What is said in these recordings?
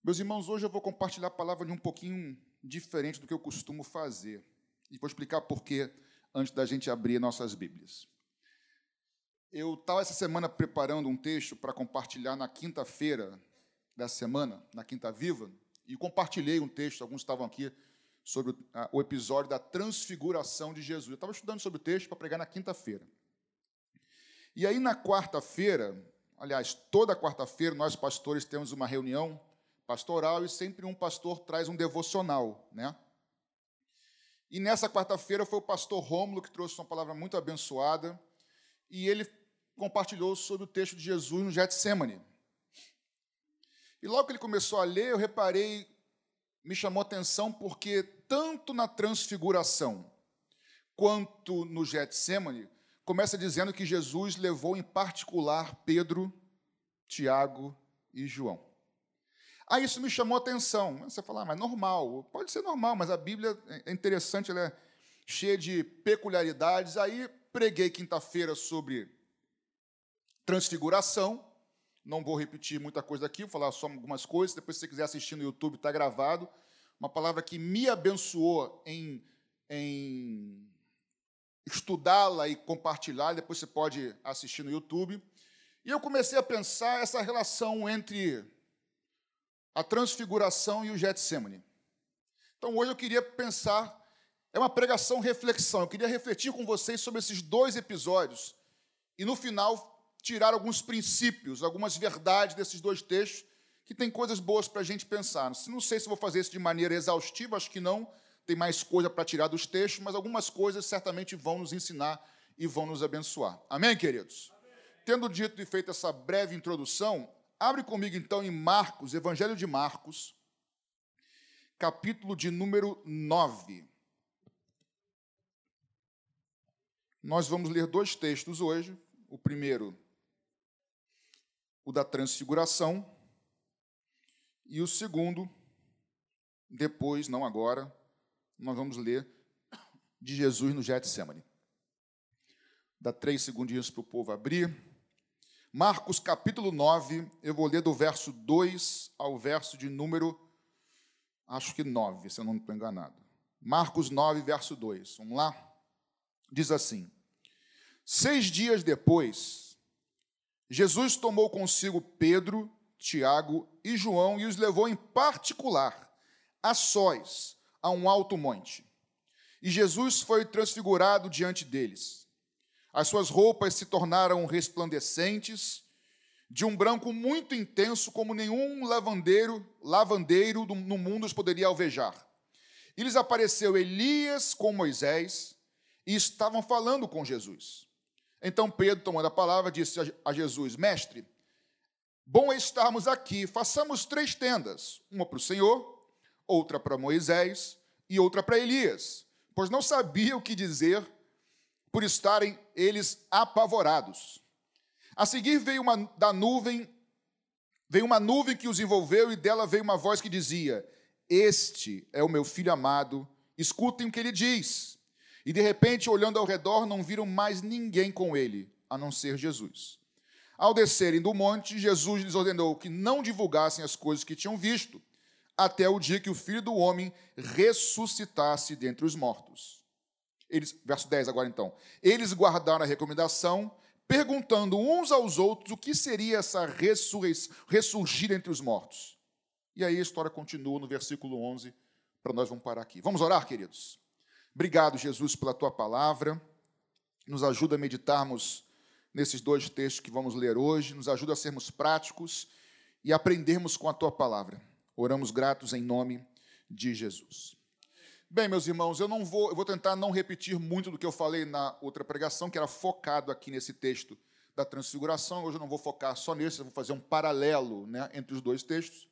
Meus irmãos, hoje eu vou compartilhar a palavra de um pouquinho diferente do que eu costumo fazer. E vou explicar por quê antes da gente abrir nossas Bíblias. Eu estava essa semana preparando um texto para compartilhar na quinta-feira da semana, na Quinta Viva, e compartilhei um texto, alguns estavam aqui, sobre o episódio da transfiguração de Jesus. Eu estava estudando sobre o texto para pregar na quinta-feira. E aí, na quarta-feira, aliás, toda quarta-feira, nós pastores temos uma reunião pastoral e sempre um pastor traz um devocional, né? E nessa quarta-feira foi o pastor Rômulo que trouxe uma palavra muito abençoada e ele compartilhou sobre o texto de Jesus no Getsemane. E logo que ele começou a ler, eu reparei, me chamou a atenção porque tanto na transfiguração quanto no Getsemane, começa dizendo que Jesus levou em particular Pedro, Tiago e João. Aí isso me chamou a atenção. Você fala, mas normal. Pode ser normal, mas a Bíblia é interessante, ela é cheia de peculiaridades. Aí preguei quinta-feira sobre transfiguração. Não vou repetir muita coisa aqui, vou falar só algumas coisas. Depois, se você quiser assistir no YouTube, está gravado. Uma palavra que me abençoou em estudá-la e compartilhar. Depois você pode assistir no YouTube. E eu comecei a pensar essa relação entre a transfiguração e o Getsemane. Então, hoje eu queria pensar, é uma pregação reflexão, eu queria refletir com vocês sobre esses dois episódios e, no final, tirar alguns princípios, algumas verdades desses dois textos, que tem coisas boas para a gente pensar. Não sei se vou fazer isso de maneira exaustiva, acho que não, tem mais coisa para tirar dos textos, mas algumas coisas certamente vão nos ensinar e vão nos abençoar. Amém, queridos? Amém. Tendo dito e feito essa breve introdução, abre comigo, então, em Marcos, Evangelho de Marcos, capítulo de número 9. Nós vamos ler dois textos hoje. O primeiro, o da transfiguração, e o segundo, depois, não agora, nós vamos ler de Jesus no Getsemane. Dá 3 segundinhos para o povo abrir. Marcos, capítulo 9, eu vou ler do verso 2 ao verso de número, acho que 9, se eu não estou enganado. Marcos 9, verso 2. Vamos lá? Diz assim: 6 dias depois, Jesus tomou consigo Pedro, Tiago e João e os levou em particular, a sós, a um alto monte. E Jesus foi transfigurado diante deles. As suas roupas se tornaram resplandecentes, de um branco muito intenso, como nenhum lavandeiro no mundo os poderia alvejar. E lhes apareceu Elias com Moisés, e estavam falando com Jesus. Então Pedro, tomando a palavra, disse a Jesus: Mestre, bom é estarmos aqui, façamos 3 tendas, uma para o Senhor, outra para Moisés e outra para Elias, pois não sabia o que dizer, por estarem eles apavorados. A seguir veio uma nuvem que os envolveu, e dela veio uma voz que dizia: Este é o meu filho amado, escutem o que ele diz. E de repente, olhando ao redor, não viram mais ninguém com ele, a não ser Jesus. Ao descerem do monte, Jesus lhes ordenou que não divulgassem as coisas que tinham visto, até o dia que o Filho do Homem ressuscitasse dentre os mortos. Verso 10 agora então. Eles guardaram a recomendação, perguntando uns aos outros o que seria essa ressurgir entre os mortos. E aí a história continua no versículo 11, para nós vamos parar aqui. Vamos orar, queridos? Obrigado, Jesus, pela tua palavra. Nos ajuda a meditarmos nesses 2 textos que vamos ler hoje. Nos ajuda a sermos práticos e aprendermos com a tua palavra. Oramos gratos em nome de Jesus. Bem, meus irmãos, eu vou tentar não repetir muito do que eu falei na outra pregação, que era focado aqui nesse texto da transfiguração. Hoje eu não vou focar só nesse, eu vou fazer um paralelo, né, entre os 2 textos.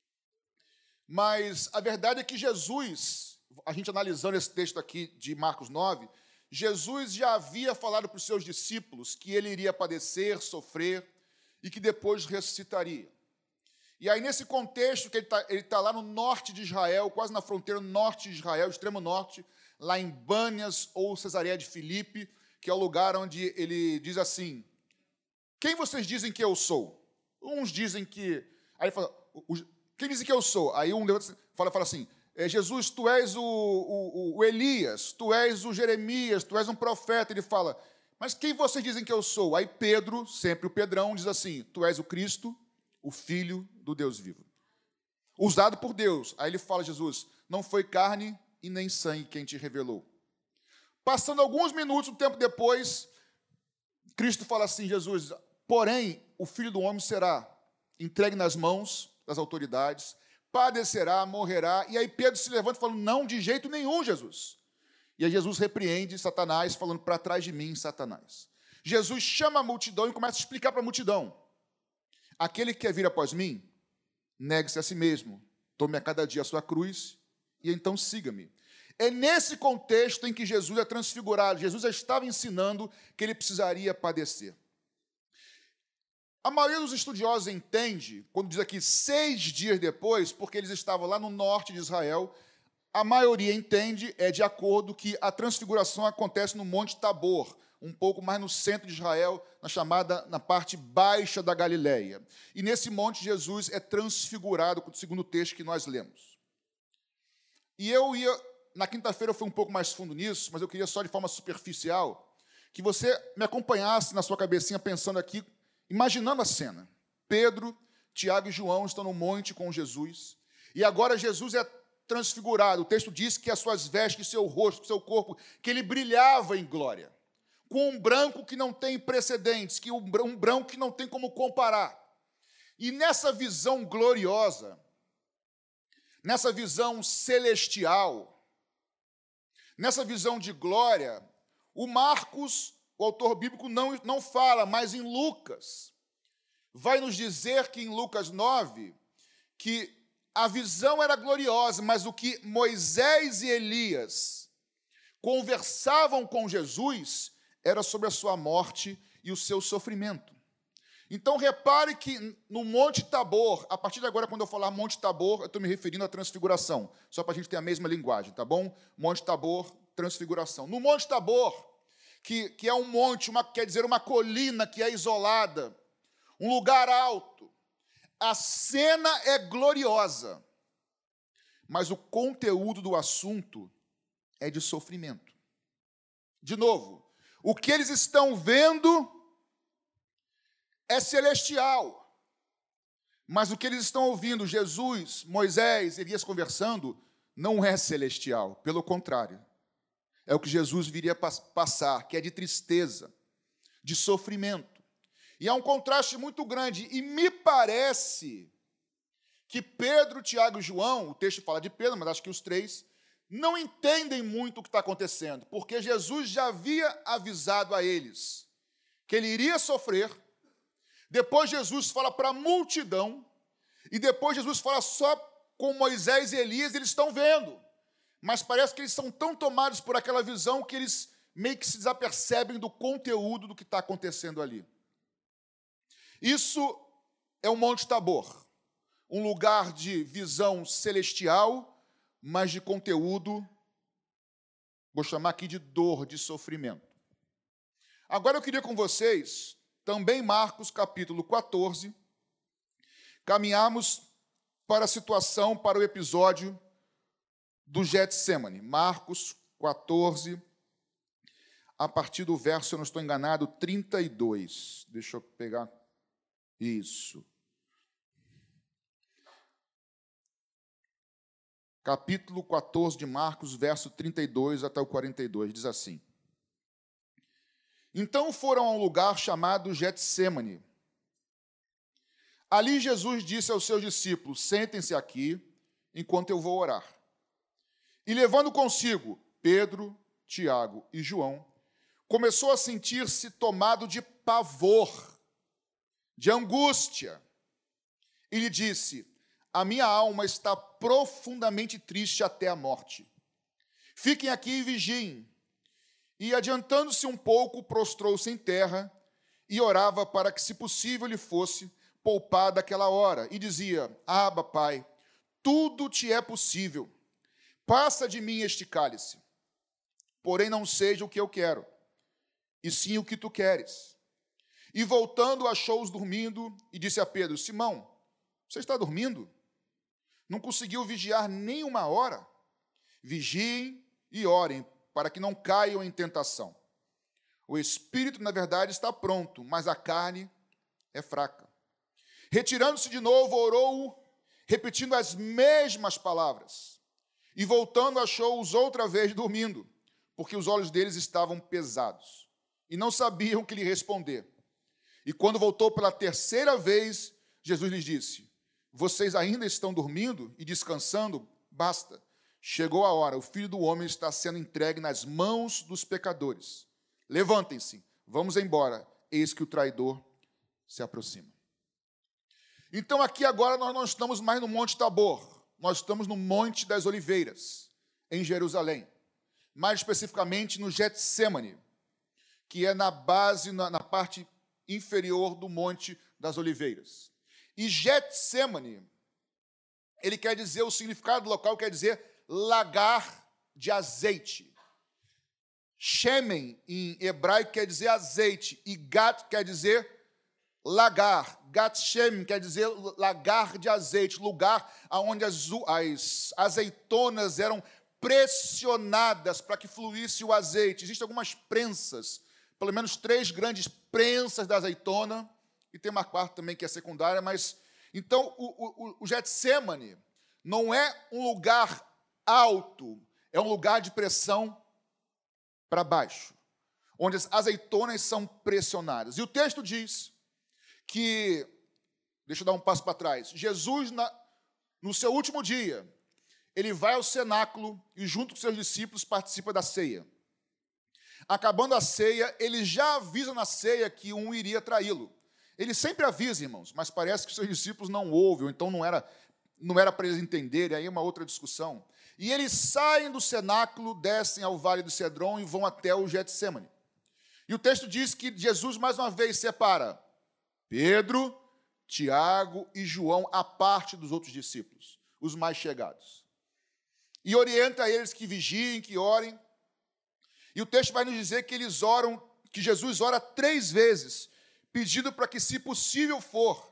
Mas a verdade é que Jesus, a gente analisando esse texto aqui de Marcos 9, Jesus já havia falado para os seus discípulos que ele iria padecer, sofrer e que depois ressuscitaria. E aí, nesse contexto, que ele está lá no norte de Israel, quase na fronteira norte de Israel, extremo norte, lá em Bânias ou Cesareia de Filipe, que é o lugar onde ele diz assim: quem vocês dizem que eu sou? Uns dizem que... Aí ele fala, Quem disse que eu sou? Aí um fala assim, Jesus, tu és o Elias, tu és o Jeremias, tu és um profeta. Ele fala, mas quem vocês dizem que eu sou? Aí Pedro, sempre o Pedrão, diz assim, tu és o Cristo, o Filho do Deus vivo. Usado por Deus. Aí ele fala, Jesus, não foi carne e nem sangue quem te revelou. Passando alguns minutos, um tempo depois, Cristo fala assim, Jesus, porém, o Filho do Homem será entregue nas mãos das autoridades, padecerá, morrerá. E aí Pedro se levanta e fala, não, de jeito nenhum, Jesus. E aí Jesus repreende Satanás, falando, para trás de mim, Satanás. Jesus chama a multidão e começa a explicar para a multidão. Aquele que quer vir após mim, negue-se a si mesmo, tome a cada dia a sua cruz e então siga-me. É nesse contexto em que Jesus é transfigurado. Jesus já estava ensinando que ele precisaria padecer. A maioria dos estudiosos entende, quando diz aqui 6 dias depois, porque eles estavam lá no norte de Israel, a maioria entende, de acordo que a transfiguração acontece no Monte Tabor, um pouco mais no centro de Israel, na parte baixa da Galileia. E nesse monte Jesus é transfigurado, segundo o texto que nós lemos. E na quinta-feira eu fui um pouco mais fundo nisso, mas eu queria só de forma superficial, que você me acompanhasse na sua cabecinha pensando aqui, imaginando a cena. Pedro, Tiago e João estão no monte com Jesus, e agora Jesus é transfigurado. O texto diz que as suas vestes, seu rosto, seu corpo, que ele brilhava em glória, com um branco que não tem precedentes, um branco que não tem como comparar. E nessa visão gloriosa, nessa visão celestial, nessa visão de glória, o Marcos, o autor bíblico, não fala, mas em Lucas, vai nos dizer que em Lucas 9, que a visão era gloriosa, mas o que Moisés e Elias conversavam com Jesus era sobre a sua morte e o seu sofrimento. Então, repare que no Monte Tabor, a partir de agora, quando eu falar Monte Tabor, eu estou me referindo à transfiguração, só para a gente ter a mesma linguagem, tá bom? Monte Tabor, transfiguração. No Monte Tabor, que é um monte, quer dizer, uma colina que é isolada, um lugar alto, a cena é gloriosa, mas o conteúdo do assunto é de sofrimento. De novo, o que eles estão vendo é celestial, mas o que eles estão ouvindo, Jesus, Moisés, Elias conversando, não é celestial, pelo contrário. É o que Jesus viria passar, que é de tristeza, de sofrimento. E há um contraste muito grande, e me parece que Pedro, Tiago e João, o texto fala de Pedro, mas acho que os três, não entendem muito o que está acontecendo, porque Jesus já havia avisado a eles que ele iria sofrer. Depois Jesus fala para a multidão, e depois Jesus fala só com Moisés e Elias, eles estão vendo. Mas parece que eles são tão tomados por aquela visão que eles meio que se desapercebem do conteúdo do que está acontecendo ali. Isso é o Monte Tabor, um lugar de visão celestial, mas de conteúdo, vou chamar aqui de dor, de sofrimento. Agora eu queria com vocês, também Marcos capítulo 14, caminhamos para a situação, para o episódio do Getsêmani. Marcos 14, a partir do verso, se eu não estou enganado, 32. Deixa eu pegar isso. Capítulo 14 de Marcos, verso 32 até o 42, diz assim: Então foram a um lugar chamado Getsêmani. Ali Jesus disse aos seus discípulos, sentem-se aqui, enquanto eu vou orar. E levando consigo Pedro, Tiago e João, começou a sentir-se tomado de pavor, de angústia. E lhe disse, a minha alma está profundamente triste até a morte. Fiquem aqui e vigiem. E, adiantando-se um pouco, prostrou-se em terra e orava para que, se possível, lhe fosse poupada aquela hora. E dizia, Abba, Pai, tudo te é possível. Passa de mim este cálice. Porém, não seja o que eu quero, e sim o que tu queres. E, voltando, achou-os dormindo e disse a Pedro, Simão, você está dormindo? Não conseguiu vigiar nem uma hora? Vigiem e orem, para que não caiam em tentação. O espírito, na verdade, está pronto, mas a carne é fraca. Retirando-se de novo, orou, repetindo as mesmas palavras. E voltando, achou-os outra vez dormindo, porque os olhos deles estavam pesados, e não sabiam o que lhe responder. E quando voltou pela terceira vez, Jesus lhes disse: vocês ainda estão dormindo e descansando? Basta. Chegou a hora, o Filho do Homem está sendo entregue nas mãos dos pecadores. Levantem-se, vamos embora, eis que o traidor se aproxima. Então aqui agora nós não estamos mais no Monte Tabor, nós estamos no Monte das Oliveiras, em Jerusalém. Mais especificamente no Getsêmani, que é na base, na parte inferior do Monte das Oliveiras. E Getsêmani, ele quer dizer, o significado do local quer dizer lagar de azeite. Shemen, em hebraico, quer dizer azeite, e Gat quer dizer lagar. Gat Shem quer dizer lagar de azeite, lugar onde as azeitonas eram pressionadas para que fluísse o azeite. Existem algumas prensas, pelo menos 3 grandes prensas da azeitona, e tem uma quarta também que é secundária, mas... Então, o Getsêmani não é um lugar alto, é um lugar de pressão para baixo, onde as azeitonas são pressionadas. E o texto diz que, deixa eu dar um passo para trás, Jesus, no seu último dia, ele vai ao cenáculo e, junto com seus discípulos, participa da ceia. Acabando a ceia, ele já avisa na ceia que um iria traí-lo. Ele sempre avisa, irmãos, mas parece que seus discípulos não ouvem, ou então não era para eles entenderem, aí é uma outra discussão. E eles saem do cenáculo, descem ao Vale do Cedron e vão até o Getsêmani. E o texto diz que Jesus, mais uma vez, separa Pedro, Tiago e João à parte dos outros discípulos, os mais chegados. E orienta eles que vigiem, que orem. E o texto vai nos dizer que eles oram, que Jesus ora 3 vezes, pedindo para que, se possível for,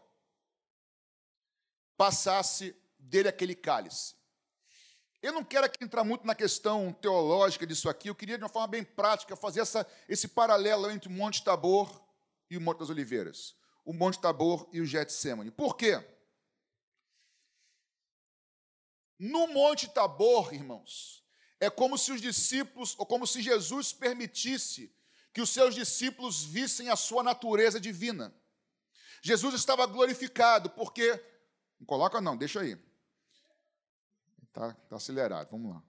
passasse dele aquele cálice. Eu não quero aqui entrar muito na questão teológica disso aqui, eu queria, de uma forma bem prática, fazer esse paralelo entre o Monte Tabor e o Monte das Oliveiras, o Monte Tabor e o Getsêmani. Por quê? No Monte Tabor, irmãos, é como se os discípulos, ou como se Jesus permitisse que os seus discípulos vissem a sua natureza divina. Jesus estava glorificado, porque... Não coloca não, deixa aí. Está acelerado, vamos lá.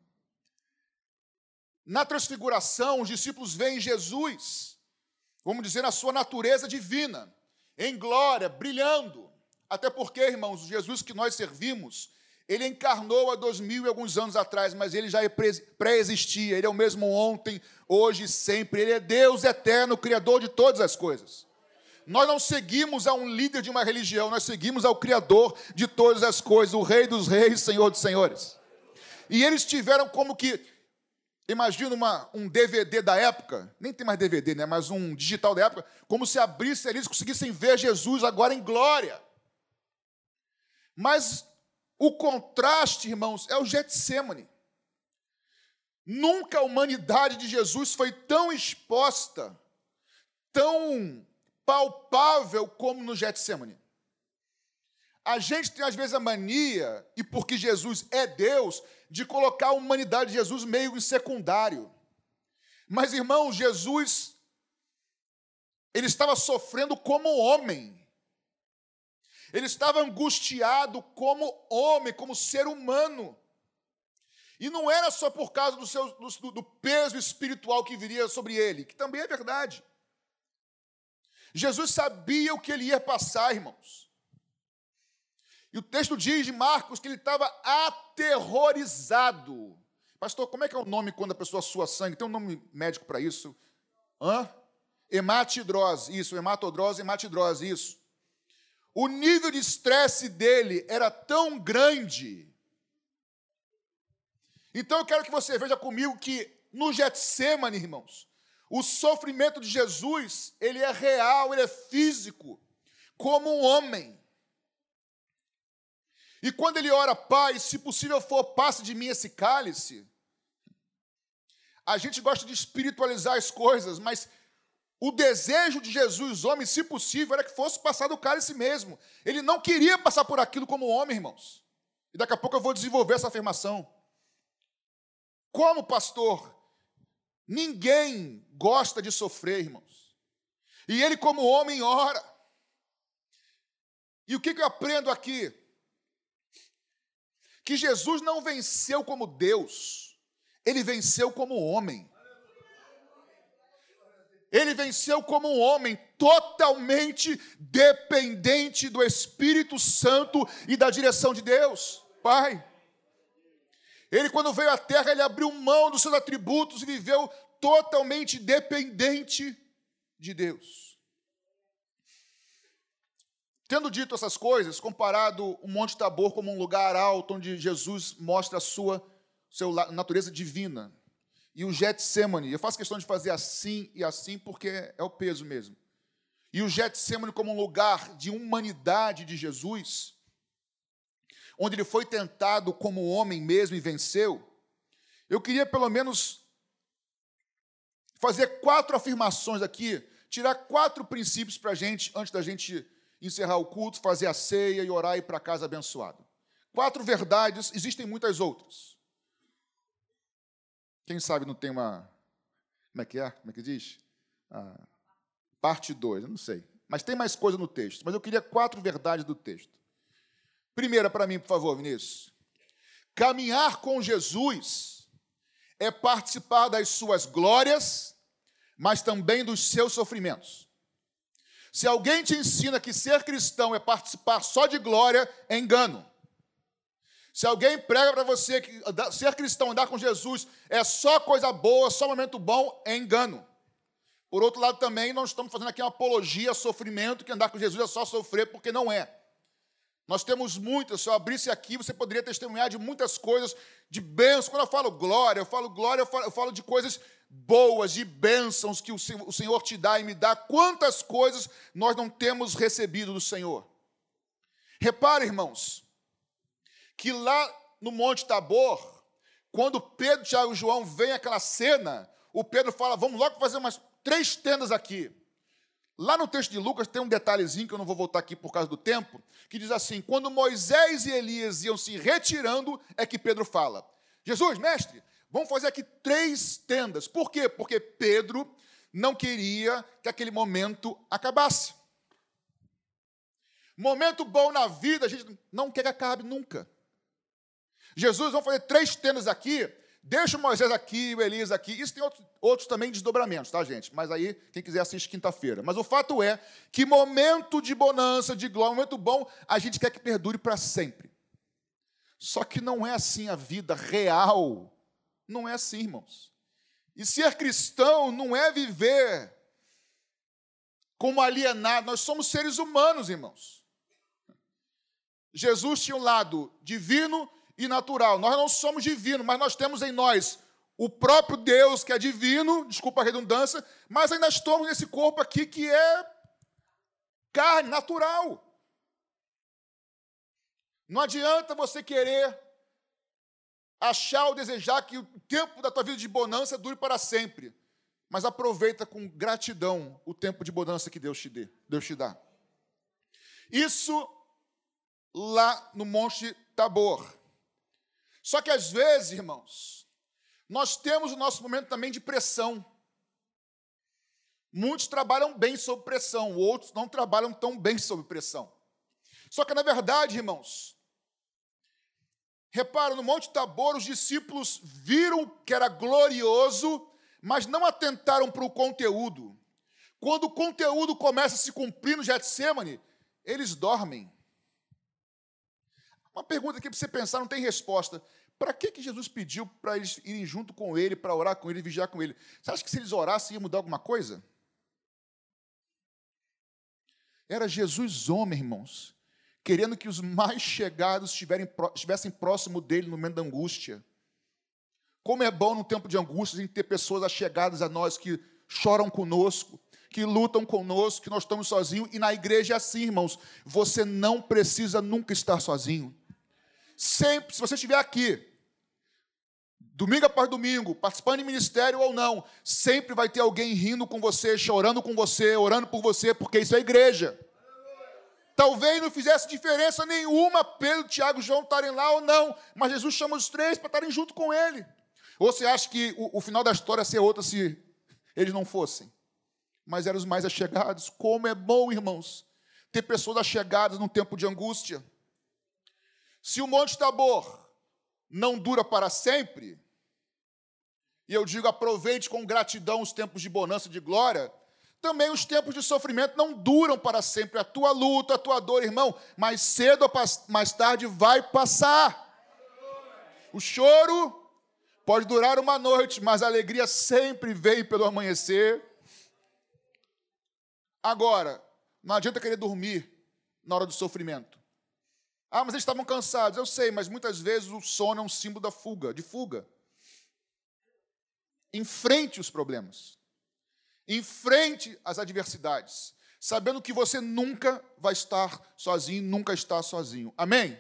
Na transfiguração, os discípulos veem Jesus, vamos dizer, na sua natureza divina, em glória, brilhando. Até porque, irmãos, o Jesus que nós servimos, ele encarnou há 2000 e alguns anos atrás, mas ele já pré-existia. Ele é o mesmo ontem, hoje e sempre. Ele é Deus eterno, Criador de todas as coisas. Nós não seguimos a um líder de uma religião, nós seguimos ao Criador de todas as coisas, o Rei dos Reis, Senhor dos Senhores. E eles tiveram como que, imagina um DVD da época, nem tem mais DVD, né, mas um digital da época, como se abrisse eles conseguissem ver Jesus agora em glória. Mas o contraste, irmãos, é o Getsêmani. Nunca a humanidade de Jesus foi tão exposta, tão palpável como no Getsêmani. A gente tem, às vezes, a mania, e porque Jesus é Deus, de colocar a humanidade de Jesus meio em secundário. Mas, irmãos, Jesus, ele estava sofrendo como homem. Ele estava angustiado como homem, como ser humano. E não era só por causa do peso espiritual que viria sobre ele, que também é verdade. Jesus sabia o que ele ia passar, irmãos. E o texto diz de Marcos que ele estava aterrorizado. Pastor, como é que é o nome quando a pessoa sua sangue? Tem um nome médico para isso? Hematidrose, isso, hematodrose, hematidrose, isso. O nível de estresse dele era tão grande. Então eu quero que você veja comigo que no Getsêmani, irmãos, o sofrimento de Jesus, ele é real, ele é físico, como um homem. E quando ele ora, Pai, se possível for, passe de mim esse cálice. A gente gosta de espiritualizar as coisas, mas o desejo de Jesus, homem, se possível, era que fosse passar do cálice mesmo. Ele não queria passar por aquilo como homem, irmãos. E daqui a pouco eu vou desenvolver essa afirmação. Como pastor, ninguém gosta de sofrer, irmãos. E ele, como homem, ora. E o que eu aprendo aqui? Que Jesus não venceu como Deus, ele venceu como homem. Ele venceu como um homem totalmente dependente do Espírito Santo e da direção de Deus, Pai. Ele, quando veio à terra, ele abriu mão dos seus atributos e viveu totalmente dependente de Deus. Tendo dito essas coisas, comparado o Monte Tabor como um lugar alto onde Jesus mostra a sua natureza divina, e o Getsêmani, eu faço questão de fazer assim e assim porque é o peso mesmo, e o Getsêmani como um lugar de humanidade de Jesus, onde ele foi tentado como homem mesmo e venceu, eu queria pelo menos fazer 4 afirmações aqui, tirar 4 princípios para a gente, antes da gente encerrar o culto, fazer a ceia e orar e ir para casa abençoado. 4 verdades, existem muitas outras. Quem sabe não tem uma... Como é que diz? Parte 2, eu não sei. Mas tem mais coisa no texto. Mas eu queria 4 verdades do texto. Primeira para mim, por favor, Vinícius. Caminhar com Jesus é participar das suas glórias, mas também dos seus sofrimentos. Se alguém te ensina que ser cristão é participar só de glória, é engano. Se alguém prega para você que ser cristão, andar com Jesus, é só coisa boa, só momento bom, é engano. Por outro lado, também, nós estamos fazendo aqui uma apologia a sofrimento, que andar com Jesus é só sofrer, porque não é. Nós temos muitas, se eu abrisse aqui, você poderia testemunhar de muitas coisas, de bênçãos. Quando eu falo glória, eu falo de coisas boas, de bênçãos que o Senhor te dá e me dá. Quantas coisas nós não temos recebido do Senhor. Repare, irmãos, que lá no Monte Tabor, quando Pedro, Tiago e João veem aquela cena, o Pedro fala, vamos logo fazer umas 3 tendas aqui. Lá no texto de Lucas tem um detalhezinho, que eu não vou voltar aqui por causa do tempo, que diz assim, quando Moisés e Elias iam se retirando, é que Pedro fala, Jesus, mestre, vamos fazer aqui 3 tendas. Por quê? Porque Pedro não queria que aquele momento acabasse. Momento bom na vida, a gente não quer que acabe nunca. Jesus, vamos fazer 3 tendas aqui, deixa o Moisés aqui, o Elias aqui. Isso tem outros também desdobramentos, tá, gente? Mas aí, quem quiser assiste quinta-feira. Mas o fato é que momento de bonança, de glória, momento bom, a gente quer que perdure para sempre. Só que não é assim a vida real. Não é assim, irmãos. E ser cristão não é viver como alienado. Nós somos seres humanos, irmãos. Jesus tinha um lado divino e natural. Nós não somos divinos, mas nós temos em nós o próprio Deus, que é divino, desculpa a redundância, mas ainda estamos nesse corpo aqui que é carne, natural. Não adianta você querer achar ou desejar que o tempo da tua vida de bonança dure para sempre, mas aproveita com gratidão o tempo de bonança que Deus te dá. Isso lá no Monte Tabor. Só que às vezes, irmãos, nós temos o nosso momento também de pressão. Muitos trabalham bem sob pressão, outros não trabalham tão bem sob pressão. Só que, na verdade, irmãos, repara, no Monte Tabor, os discípulos viram que era glorioso, mas não atentaram para o conteúdo. Quando o conteúdo começa a se cumprir no Getsêmani, eles dormem. Uma pergunta aqui para você pensar, não tem resposta. Para que Jesus pediu para eles irem junto com ele, para orar com ele, vigiar com ele? Você acha que se eles orassem ia mudar alguma coisa? Era Jesus homem, irmãos, querendo que os mais chegados estivessem próximo dele no momento da angústia. Como é bom no tempo de angústia a gente ter pessoas achegadas a nós que choram conosco, que lutam conosco, que nós estamos sozinhos. E na igreja é assim, irmãos, você não precisa nunca estar sozinho. Sempre, se você estiver aqui, domingo após domingo, participando de ministério ou não, sempre vai ter alguém rindo com você, chorando com você, orando por você, porque isso é igreja. Talvez não fizesse diferença nenhuma Pedro, Tiago e João estarem lá ou não, mas Jesus chama os três para estarem junto com ele. Ou você acha que o final da história ia ser outro se eles não fossem? Mas eram os mais achegados. Como é bom, irmãos, ter pessoas achegadas num tempo de angústia. Se o Monte Tabor não dura para sempre, e eu digo, aproveite com gratidão os tempos de bonança e de glória, também os tempos de sofrimento não duram para sempre. A tua luta, a tua dor, irmão, mais cedo ou mais tarde vai passar. O choro pode durar uma noite, mas a alegria sempre vem pelo amanhecer. Agora, não adianta querer dormir na hora do sofrimento. Ah, mas eles estavam cansados. Eu sei, mas muitas vezes o sono é um símbolo da fuga, de fuga. Enfrente os problemas. Enfrente as adversidades, sabendo que você nunca vai estar sozinho, nunca está sozinho. Amém?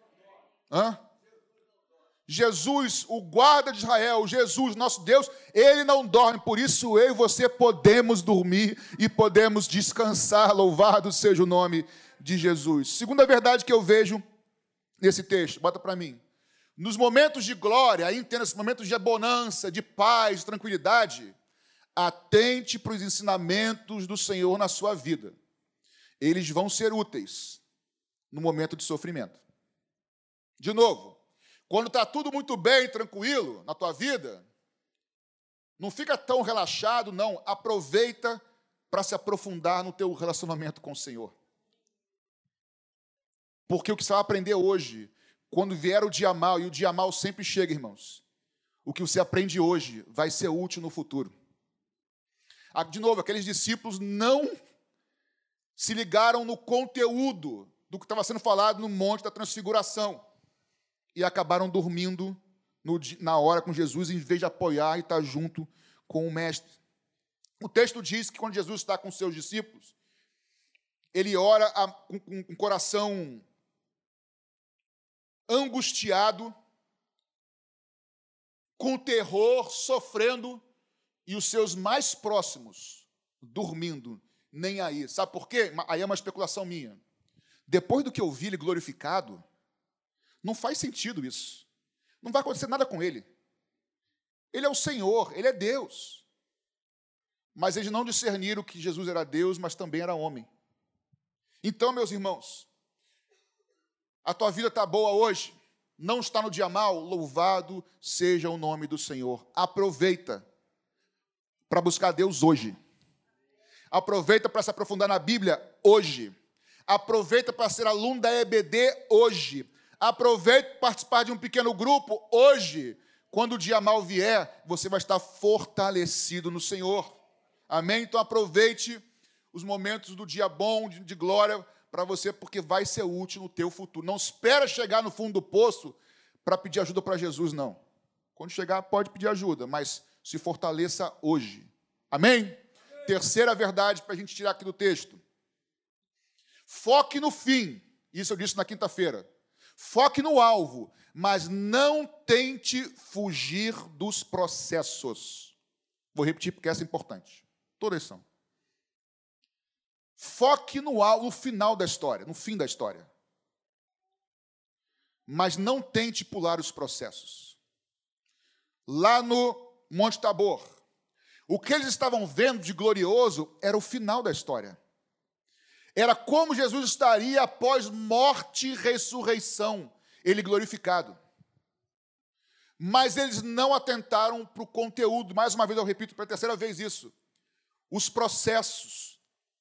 Jesus, o guarda de Israel, Jesus, nosso Deus, Ele não dorme, por isso eu e você podemos dormir e podemos descansar, louvado seja o nome de Jesus. Segunda verdade que eu vejo nesse texto, bota para mim. Nos momentos de glória, entenda, esses momentos de bonança, de paz, de tranquilidade, atente para os ensinamentos do Senhor na sua vida. Eles vão ser úteis no momento de sofrimento. De novo, quando está tudo muito bem, tranquilo na tua vida, não fica tão relaxado, não. Aproveita para se aprofundar no teu relacionamento com o Senhor. Porque o que você vai aprender hoje, quando vier o dia mau, e o dia mau sempre chega, irmãos, o que você aprende hoje vai ser útil no futuro. De novo, aqueles discípulos não se ligaram no conteúdo do que estava sendo falado no Monte da Transfiguração e acabaram dormindo na hora com Jesus, em vez de apoiar e estar junto com o Mestre. O texto diz que quando Jesus está com seus discípulos, ele ora com o coração angustiado, com terror, sofrendo, e os seus mais próximos dormindo, nem aí. Sabe por quê? Aí é uma especulação minha. Depois do que eu vi ele glorificado, não faz sentido isso. Não vai acontecer nada com ele. Ele é o Senhor, ele é Deus. Mas eles não discerniram que Jesus era Deus, mas também era homem. Então, meus irmãos, a tua vida está boa hoje, não está no dia mau, louvado seja o nome do Senhor. Aproveita para buscar Deus hoje. Aproveita para se aprofundar na Bíblia hoje. Aproveita para ser aluno da EBD hoje. Aproveita para participar de um pequeno grupo hoje. Quando o dia mau vier, você vai estar fortalecido no Senhor. Amém? Então aproveite os momentos do dia bom, de glória para você, porque vai ser útil no teu futuro. Não espera chegar no fundo do poço para pedir ajuda para Jesus, não. Quando chegar, pode pedir ajuda, mas se fortaleça hoje. Amém? Amém. Terceira verdade para a gente tirar aqui do texto. Foque no fim. Isso eu disse na quinta-feira. Foque no alvo, mas não tente fugir dos processos. Vou repetir porque essa é importante. Todas são. Foque no alvo, no final da história, no fim da história. Mas não tente pular os processos. Lá no Monte Tabor, o que eles estavam vendo de glorioso era o final da história. Era como Jesus estaria após morte e ressurreição, ele glorificado. Mas eles não atentaram para o conteúdo. Mais uma vez eu repito pela terceira vez isso. Os processos.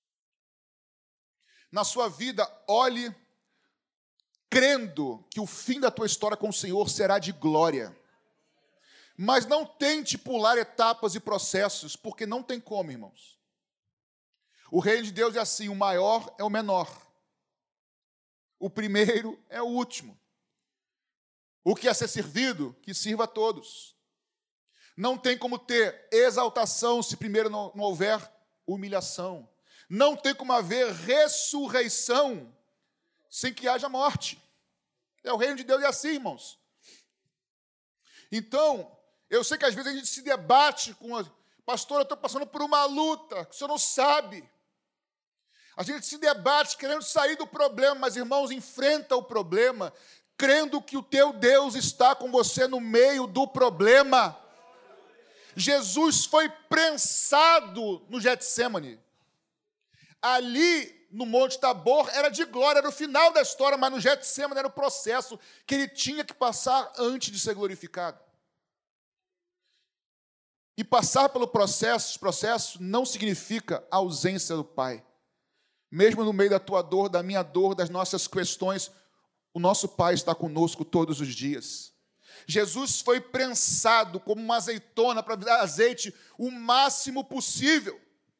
Na sua vida, olhe crendo que o fim da tua história com o Senhor será de glória. Mas não tente pular etapas e processos, porque não tem como, irmãos. O reino de Deus é assim, o maior é o menor. O primeiro é o último. O que é ser servido, que sirva a todos. Não tem como ter exaltação se primeiro não houver humilhação. Não tem como haver ressurreição sem que haja morte. É o reino de Deus é assim, irmãos. Então, eu sei que às vezes a gente se debate com pastor, eu estou passando por uma luta, que o senhor não sabe. A gente se debate querendo sair do problema, mas, irmãos, enfrenta o problema, crendo que o teu Deus está com você no meio do problema. Jesus foi prensado no Getsêmani. Ali, no Monte Tabor, era de glória, era o final da história, mas no Getsêmani era o processo que ele tinha que passar antes de ser glorificado. E passar pelo processo não significa a ausência do Pai. Mesmo no meio da tua dor, da minha dor, das nossas questões, o nosso Pai está conosco todos os dias. Jesus foi prensado como uma azeitona para dar azeite o máximo possível.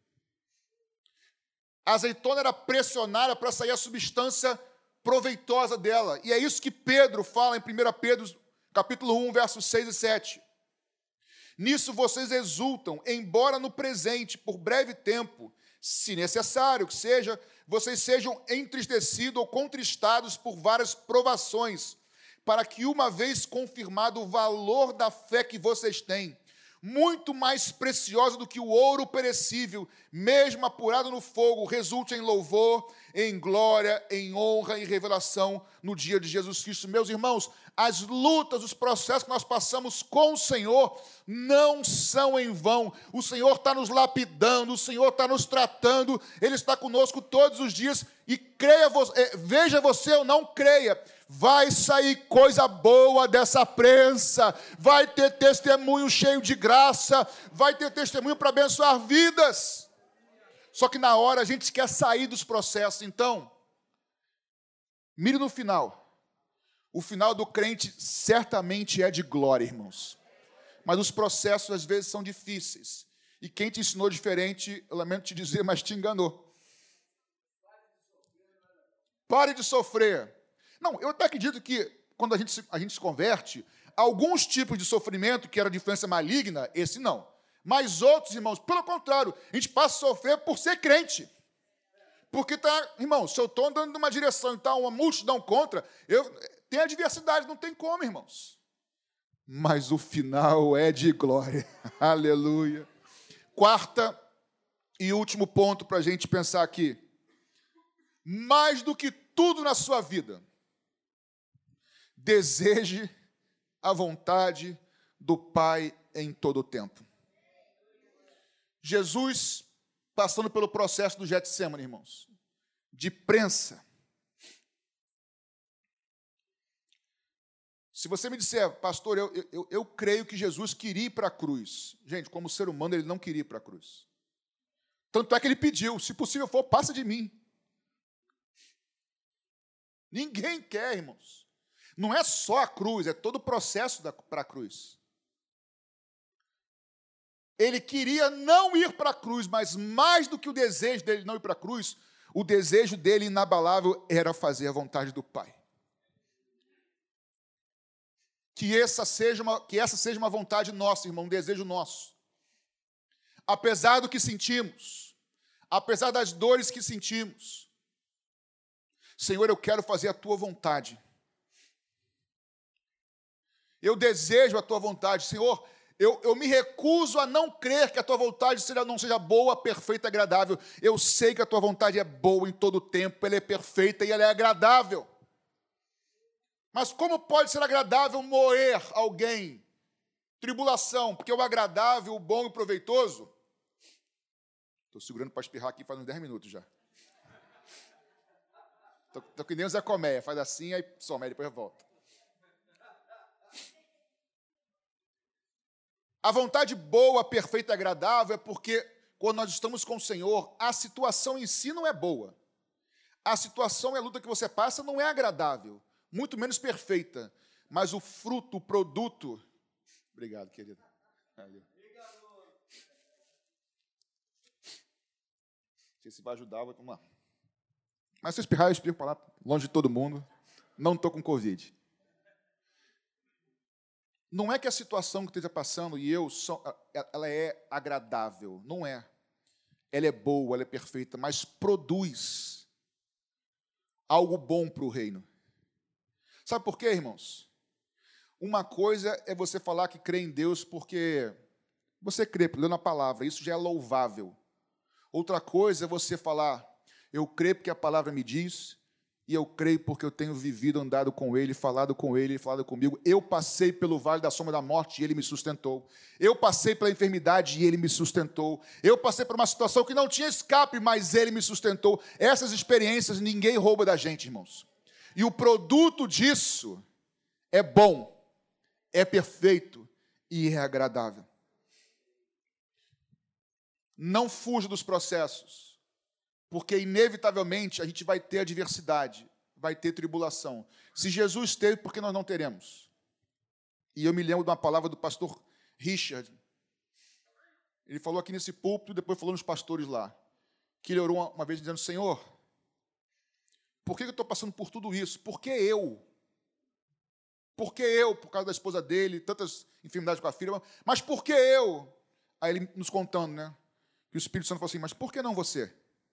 A azeitona era pressionada para sair a substância proveitosa dela. E é isso que Pedro fala em 1 Pedro, capítulo 1, versos 6 e 7. Nisso vocês exultam, embora no presente, por breve tempo, se necessário que seja, vocês sejam entristecidos ou contristados por várias provações, para que, uma vez confirmado o valor da fé que vocês têm, muito mais preciosa do que o ouro perecível, mesmo apurado no fogo, resulte em louvor, em glória, em honra e revelação no dia de Jesus Cristo. Meus irmãos, as lutas, os processos que nós passamos com o Senhor não são em vão. O Senhor está nos lapidando, o Senhor está nos tratando, Ele está conosco todos os dias. E veja você ou não creia, vai sair coisa boa dessa prensa, vai ter testemunho cheio de graça, vai ter testemunho para abençoar vidas. Só que na hora a gente quer sair dos processos. Então, mire no final. O final do crente certamente é de glória, irmãos. Mas os processos às vezes são difíceis. E quem te ensinou diferente, eu lamento te dizer, mas te enganou. Pare de sofrer. Não, eu até acredito que quando a gente se converte, alguns tipos de sofrimento que era de influência maligna, esse não. Mas outros, irmãos, pelo contrário, a gente passa a sofrer por ser crente. Porque, irmão, se eu estou andando numa direção e está uma multidão contra, tem adversidade, não tem como, irmãos. Mas o final é de glória. Aleluia. Quarta e último ponto para a gente pensar aqui. Mais do que tudo na sua vida, deseje a vontade do Pai em todo o tempo. Jesus, passando pelo processo do Getsêmani, irmãos, de prensa. Se você me disser, pastor, eu creio que Jesus queria ir para a cruz. Gente, como ser humano, ele não queria ir para a cruz. Tanto é que ele pediu, se possível for, passa de mim. Ninguém quer, irmãos. Não é só a cruz, é todo o processo para a cruz. Ele queria não ir para a cruz, mas mais do que o desejo dele não ir para a cruz, o desejo dele inabalável era fazer a vontade do Pai. Que essa seja uma vontade nossa, irmão, um desejo nosso. Apesar do que sentimos, apesar das dores que sentimos, Senhor, eu quero fazer a Tua vontade. Eu desejo a Tua vontade, Senhor. Eu me recuso a não crer que a Tua vontade não seja boa, perfeita e agradável. Eu sei que a Tua vontade é boa em todo o tempo, ela é perfeita e ela é agradável. Mas como pode ser agradável moer alguém? Tribulação, porque o agradável, o bom e o proveitoso... Estou segurando para espirrar aqui faz uns 10 minutos já. Estou que nem o Zé Colmeia, faz assim, aí some, aí depois volta. A vontade boa, perfeita e agradável é porque, quando nós estamos com o Senhor, a situação em si não é boa. A situação e a luta que você passa não é agradável, muito menos perfeita. Mas o fruto, o produto... Obrigado, querido. Não sei se vai ajudar, vamos lá. Mas se eu espirrar, eu espirro para lá, longe de todo mundo. Não estou com Covid. Não é que a situação que esteja passando ela é agradável. Não é. Ela é boa, ela é perfeita, mas produz algo bom para o reino. Sabe por quê, irmãos? Uma coisa é você falar que crê em Deus porque você crê, lendo a palavra, isso já é louvável. Outra coisa é você falar, eu creio porque a palavra me diz, e eu creio porque eu tenho vivido, andado com Ele, falado comigo. Eu passei pelo vale da sombra da morte e Ele me sustentou. Eu passei pela enfermidade e Ele me sustentou. Eu passei por uma situação que não tinha escape, mas Ele me sustentou. Essas experiências ninguém rouba da gente, irmãos. E o produto disso é bom, é perfeito e é agradável. Não fuja dos processos. Porque, inevitavelmente, a gente vai ter adversidade, vai ter tribulação. Se Jesus teve, por que nós não teremos? E eu me lembro de uma palavra do pastor Richard. Ele falou aqui nesse púlpito, depois falou nos pastores lá, que ele orou uma vez dizendo, Senhor, por que eu estou passando por tudo isso? Por que eu? Por que eu, por causa da esposa dele, tantas enfermidades com a filha, mas por que eu? Aí ele nos contando, né? Que o Espírito Santo falou assim, mas por que não você?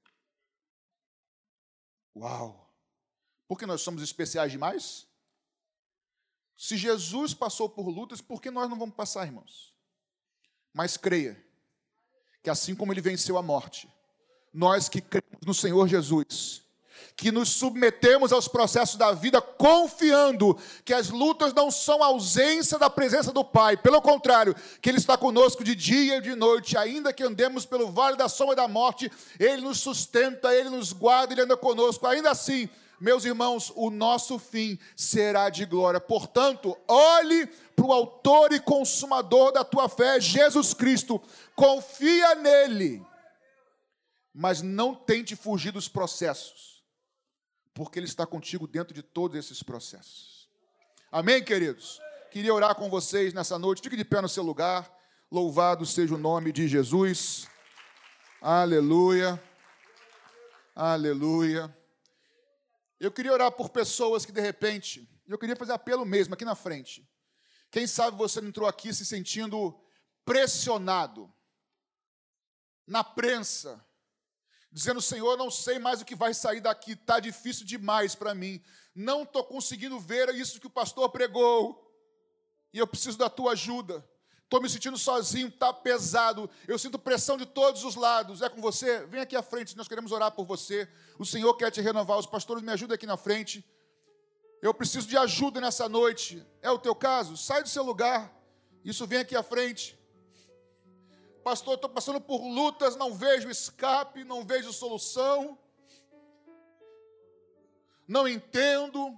Uau! Porque nós somos especiais demais? Se Jesus passou por lutas, por que nós não vamos passar, irmãos? Mas creia que assim como Ele venceu a morte, nós que cremos no Senhor Jesus, que nos submetemos aos processos da vida, confiando que as lutas não são ausência da presença do Pai, pelo contrário, que Ele está conosco de dia e de noite, ainda que andemos pelo vale da sombra da morte, Ele nos sustenta, Ele nos guarda, Ele anda conosco, ainda assim, meus irmãos, o nosso fim será de glória. Portanto, olhe para o autor e consumador da tua fé, Jesus Cristo, confia nele, mas não tente fugir dos processos, porque Ele está contigo dentro de todos esses processos. Amém, queridos? Queria orar com vocês nessa noite. Fique de pé no seu lugar. Louvado seja o nome de Jesus. Aleluia. Aleluia. Eu queria orar por pessoas que, de repente, eu queria fazer apelo mesmo aqui na frente. Quem sabe você não entrou aqui se sentindo pressionado, na prensa, dizendo, Senhor, não sei mais o que vai sair daqui, está difícil demais para mim, não estou conseguindo ver isso que o pastor pregou, e eu preciso da tua ajuda, estou me sentindo sozinho, está pesado, eu sinto pressão de todos os lados, é com você? Vem aqui à frente, nós queremos orar por você, o Senhor quer te renovar, os pastores me ajudam aqui na frente, eu preciso de ajuda nessa noite, é o teu caso? Sai do seu lugar, isso vem aqui à frente. Pastor, estou passando por lutas, não vejo escape, não vejo solução, não entendo.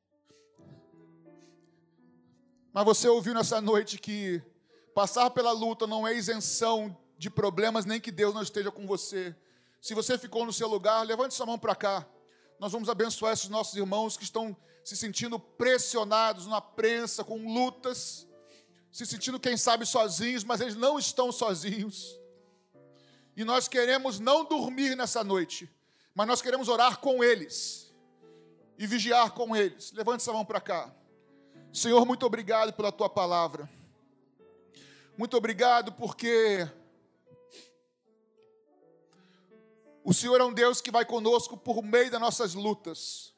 Mas você ouviu nessa noite que passar pela luta não é isenção de problemas, nem que Deus não esteja com você. Se você ficou no seu lugar, levante sua mão para cá. Nós vamos abençoar esses nossos irmãos que estão se sentindo pressionados na prensa, com lutas, se sentindo, quem sabe, sozinhos, mas eles não estão sozinhos. E nós queremos não dormir nessa noite, mas nós queremos orar com eles e vigiar com eles. Levante essa mão para cá. Senhor, muito obrigado pela tua palavra. Muito obrigado porque o Senhor é um Deus que vai conosco por meio das nossas lutas.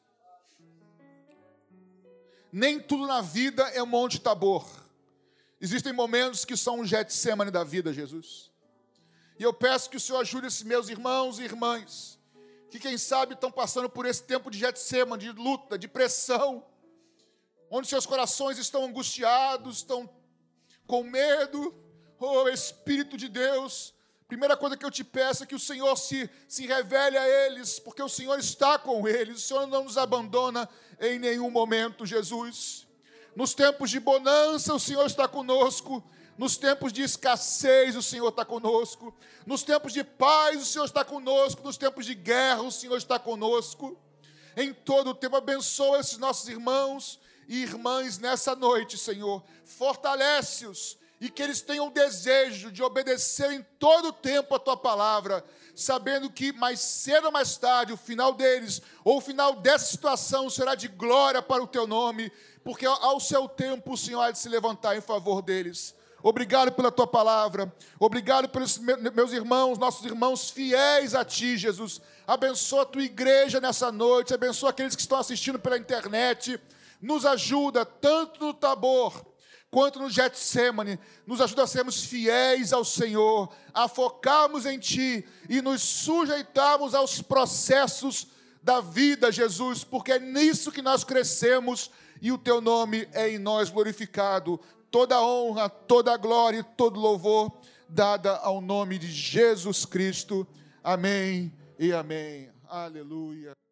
Nem tudo na vida é um Monte Tabor. Existem momentos que são um Getsêmane da vida, Jesus. E eu peço que o Senhor ajude esses meus irmãos e irmãs, que quem sabe estão passando por esse tempo de Getsêmane, de luta, de pressão, onde seus corações estão angustiados, estão com medo. Oh, Espírito de Deus, primeira coisa que eu te peço é que o Senhor se revele a eles, porque o Senhor está com eles, o Senhor não nos abandona em nenhum momento, Jesus. Nos tempos de bonança, o Senhor está conosco. Nos tempos de escassez, o Senhor está conosco. Nos tempos de paz, o Senhor está conosco. Nos tempos de guerra, o Senhor está conosco. Em todo o tempo, abençoa esses nossos irmãos e irmãs nessa noite, Senhor. Fortalece-os e que eles tenham desejo de obedecer em todo o tempo a Tua palavra, sabendo que mais cedo ou mais tarde, o final deles, ou o final dessa situação será de glória para o Teu nome, porque ao seu tempo o Senhor há de se levantar em favor deles. Obrigado pela Tua palavra, obrigado pelos meus irmãos, nossos irmãos fiéis a Ti, Jesus. Abençoa a Tua igreja nessa noite, abençoa aqueles que estão assistindo pela internet. nos ajuda, tanto no Tabor, quanto no Getsêmani, nos ajuda a sermos fiéis ao Senhor, a focarmos em Ti e nos sujeitarmos aos processos da vida, Jesus, porque é nisso que nós crescemos e o Teu nome é em nós glorificado. Toda honra, toda glória e todo louvor dada ao nome de Jesus Cristo. Amém e amém. Aleluia.